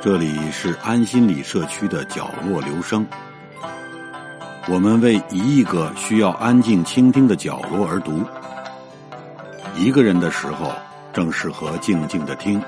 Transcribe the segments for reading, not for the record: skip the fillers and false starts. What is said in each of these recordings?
这里是安心理社区的角落留声，我们为1亿个需要安静倾听的角落而读。一个人的时候，正适合静静的听。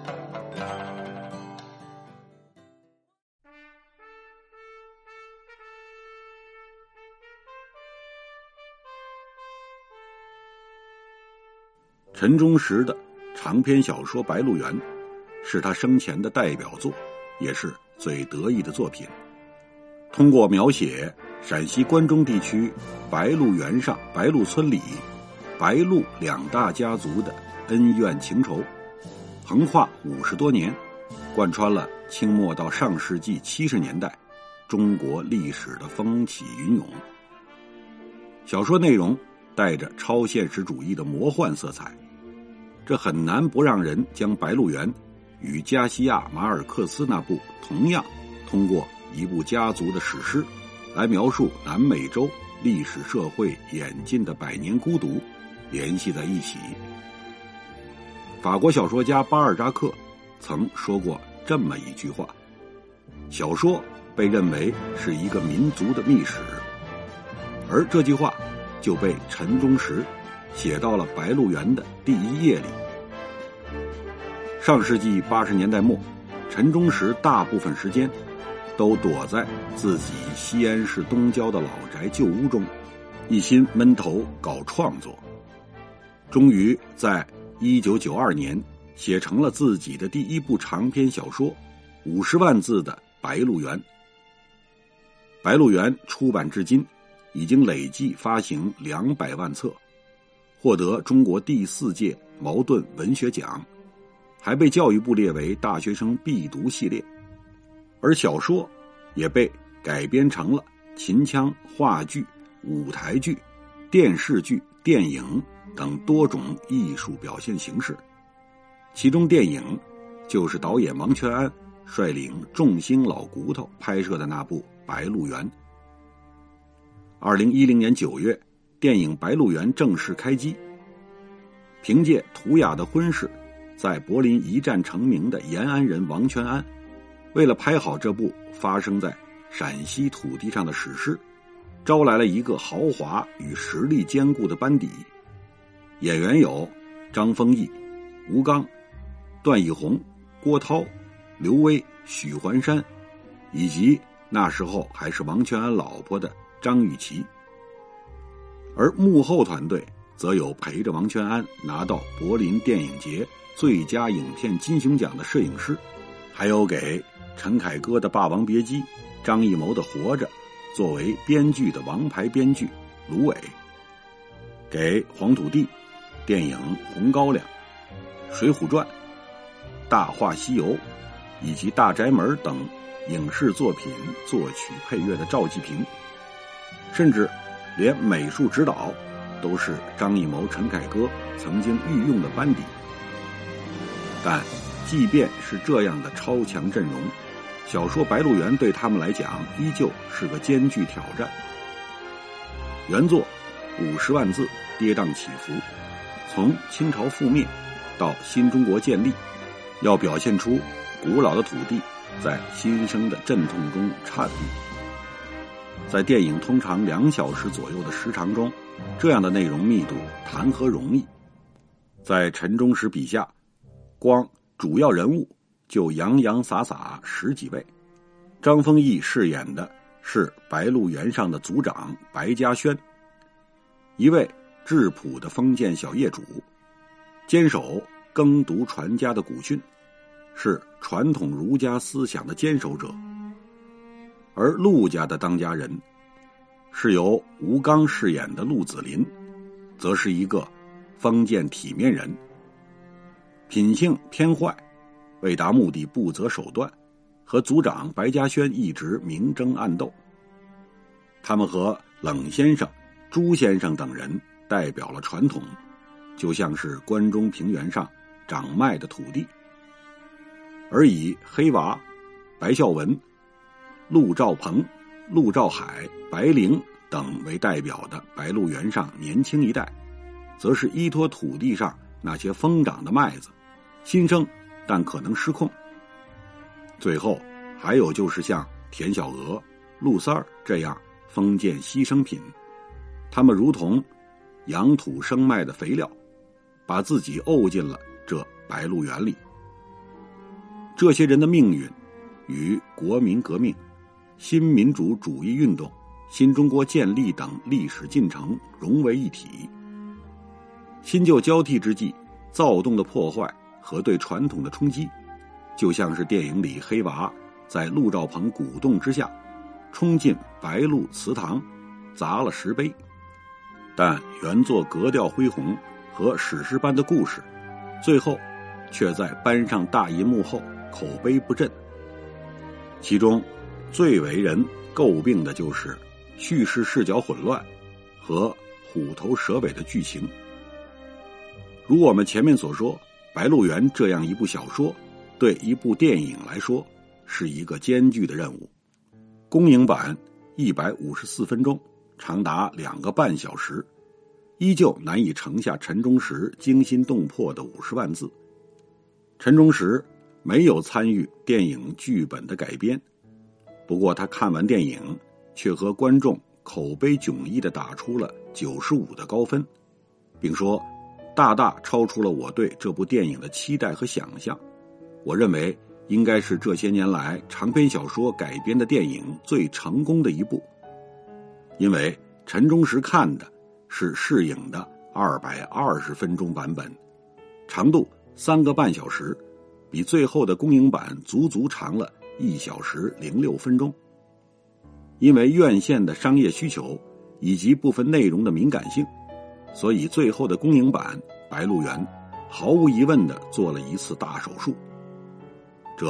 陈忠实的长篇小说《白鹿原》是他生前的代表作，也是最得意的作品。通过描写陕西关中地区白鹿原上白鹿村里白鹿2大家族的恩怨情仇，横跨50多年，贯穿了清末到上世纪70年代中国历史的风起云涌。小说内容带着超现实主义的魔幻色彩，这很难不让人将白鹿原与加西亚马尔克斯那部同样通过一部家族的史诗来描述南美洲历史社会演进的100年孤独联系在一起。法国小说家巴尔扎克曾说过这么一句话：小说被认为是一个民族的秘史，而这句话就被陈忠实写到了白鹿原的第1页里。上世纪80年代末，陈忠实大部分时间都躲在自己西安市东郊的老宅旧屋中，一心闷头搞创作。终于在1992年写成了自己的第1部长篇小说，50万字的《白鹿原》。《白鹿原》出版至今已经累计发行200万册，获得中国第4届茅盾文学奖，还被教育部列为大学生必读系列。而小说也被改编成了秦腔、话剧、舞台剧、电视剧、电影等多种艺术表现形式。其中电影就是导演王全安率领众星老骨头拍摄的那部《白鹿原》。2010年9月，电影《白鹿原》正式开机。凭借图雅的婚事，在柏林一战成名的延安人王全安，为了拍好这部发生在陕西土地上的史诗，招来了一个豪华与实力坚固的班底。演员有张丰毅、吴刚、段奕宏、郭涛、刘威、许环山，以及那时候还是王全安老婆的张雨绮。而幕后团队则有陪着王全安拿到柏林电影节最佳影片金熊奖的摄影师，还有给陈凯歌的《霸王别姬》、张艺谋的《活着》作为编剧的王牌编剧卢伟，给黄土地电影《红高粱》、《水浒传》、《大话西游》以及《大宅门》等影视作品作曲配乐的赵季平，甚至连美术指导都是张艺谋、陈凯歌曾经御用的班底。但即便是这样的超强阵容，小说《白鹿原》对他们来讲依旧是个艰巨挑战。原作50万字，跌宕起伏，从清朝覆灭到新中国建立，要表现出古老的土地在新生的阵痛中颤栗。在电影通常2小时左右的时长中，这样的内容密度谈何容易。在陈忠实笔下，光主要人物就洋洋洒洒10几位。张丰毅饰演的是白鹿原上的族长白嘉轩，一位质朴的封建小业主，坚守耕读传家的古训，是传统儒家思想的坚守者。而陆家的当家人是由吴刚饰演的陆子霖，则是一个封建体面人，品性偏坏，为达目的不择手段，和族长白嘉轩一直明争暗斗。他们和冷先生、朱先生等人代表了传统，就像是关中平原上长麦的土地。而以黑娃、白孝文、陆兆鹏、陆兆海、白灵等为代表的白鹿原上年轻一代，则是依托土地上那些疯长的麦子，新生但可能失控。 最后还有就是像田小娥、陆三儿这样封建牺牲品，他们如同养土生麦的肥料，把自己沤进了这白鹿原里。这些人的命运与国民革命、新民主主义运动、新中国建立等历史进程融为一体。新旧交替之际，躁动的破坏和对传统的冲击，就像是电影里黑娃在陆兆鹏鼓动之下冲进白鹿祠堂砸了石碑。但原作格调恢宏和史诗般的故事，最后却在搬上大银幕后口碑不振。其中最为人诟病的就是叙事视角混乱和虎头蛇尾的剧情。如我们前面所说，《白鹿原》这样一部小说对一部电影来说是一个艰巨的任务。公映版154分钟，长达2个半小时，依旧难以盛下陈忠实惊心动魄的50万字。陈忠实没有参与电影剧本的改编，不过他看完电影却和观众口碑迥异地打出了95的高分，并说大大超出了我对这部电影的期待和想象。我认为应该是这些年来长篇小说改编的电影最成功的一部，因为陈忠实看的是试影的220分钟版本，长度3个半小时，比最后的公映版足足长了1小时06分钟。因为院线的商业需求以及部分内容的敏感性，所以最后的公映版《白鹿原》毫无疑问地做了一次大手术。这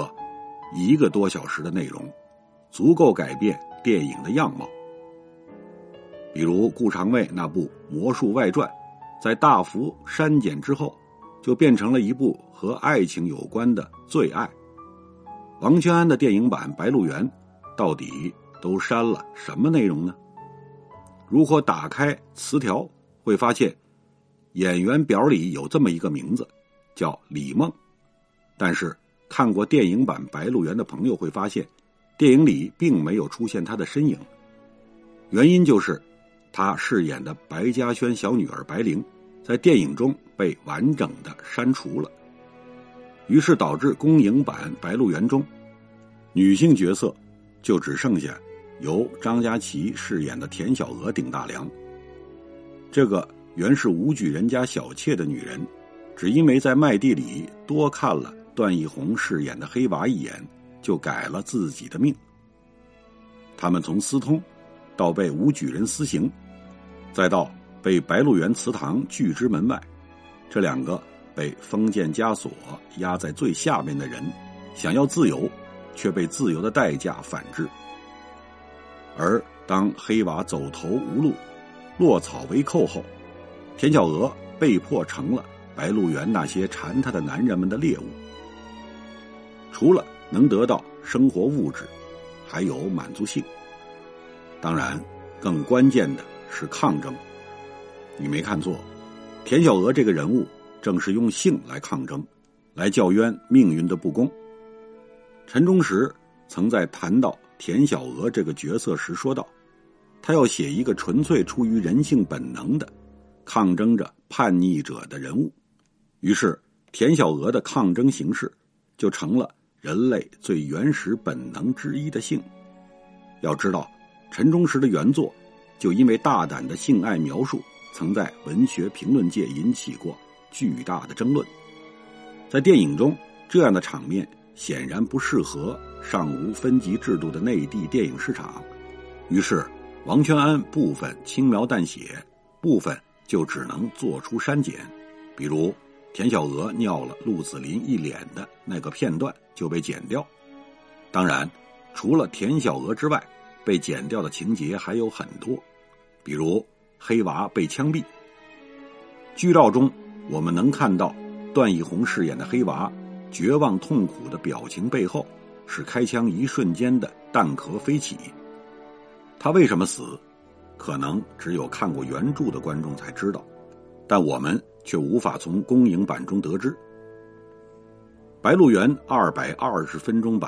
1个多小时的内容足够改变电影的样貌。比如顾长卫那部《魔术外传》，在大幅删减之后就变成了一部和爱情有关的罪爱。王全安的电影版《白鹿原》到底都删了什么内容呢？如果打开词条，会发现演员表里有这么一个名字，叫李梦。但是看过电影版《白鹿原》的朋友会发现，电影里并没有出现她的身影。原因就是她饰演的白嘉轩小女儿白灵在电影中被完整的删除了，于是导致公映版《白鹿原》中女性角色就只剩下由张佳琪饰演的田小娥顶大梁。这个原是武举人家小妾的女人，只因为在麦地里多看了段奕宏饰演的黑娃一眼，就改了自己的命。他们从私通到被武举人私刑，再到被白鹿原祠堂拒之门外，这2个被封建枷锁压在最下面的人，想要自由，却被自由的代价反制。而当黑娃走投无路，落草为寇后，田小娥被迫成了白鹿原那些缠她的男人们的猎物。除了能得到生活物质，还有满足性。当然更关键的是抗争。你没看错，田小娥这个人物正是用性来抗争，来叫冤命运的不公。陈忠实曾在谈到田小娥这个角色时说道，他要写一个纯粹出于人性本能的抗争着叛逆者的人物。于是田小娥的抗争形式就成了人类最原始本能之一的性。要知道，陈忠实的原作就因为大胆的性爱描述，曾在文学评论界引起过巨大的争论。在电影中，这样的场面显然不适合尚无分级制度的内地电影市场，于是王全安部分轻描淡写，部分就只能做出删减。比如田小娥尿了陆子霖一脸的那个片段就被剪掉。当然除了田小娥之外，被剪掉的情节还有很多，比如黑娃被枪毙。剧照中我们能看到段奕宏饰演的黑娃绝望痛苦的表情背后，是开枪一瞬间的弹壳飞起。他为什么死，可能只有看过原著的观众才知道，但我们却无法从公映版中得知。白鹿原220分钟版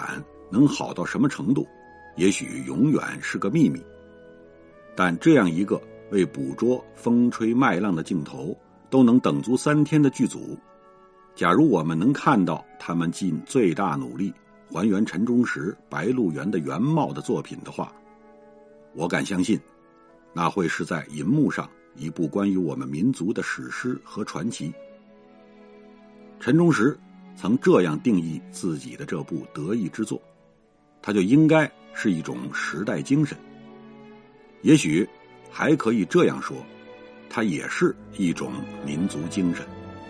能好到什么程度，也许永远是个秘密。但这样一个为捕捉风吹麦浪的镜头都能等足3天的剧组，假如我们能看到他们尽最大努力还原陈忠实、白鹿原的原貌的作品的话，我敢相信，那会是在银幕上一部关于我们民族的史诗和传奇。陈忠实曾这样定义自己的这部得意之作，它就应该是一种时代精神。也许还可以这样说，它也是一种民族精神。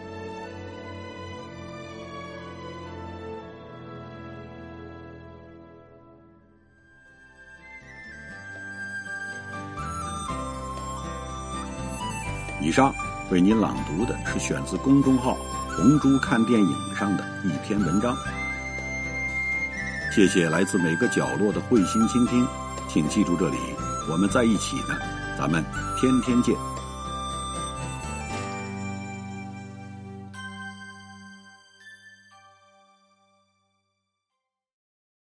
以上为您朗读的是选自公众号红猪看电影上的一篇文章。谢谢来自每个角落的慧心倾听，请记住这里，我们在一起呢，咱们天天见。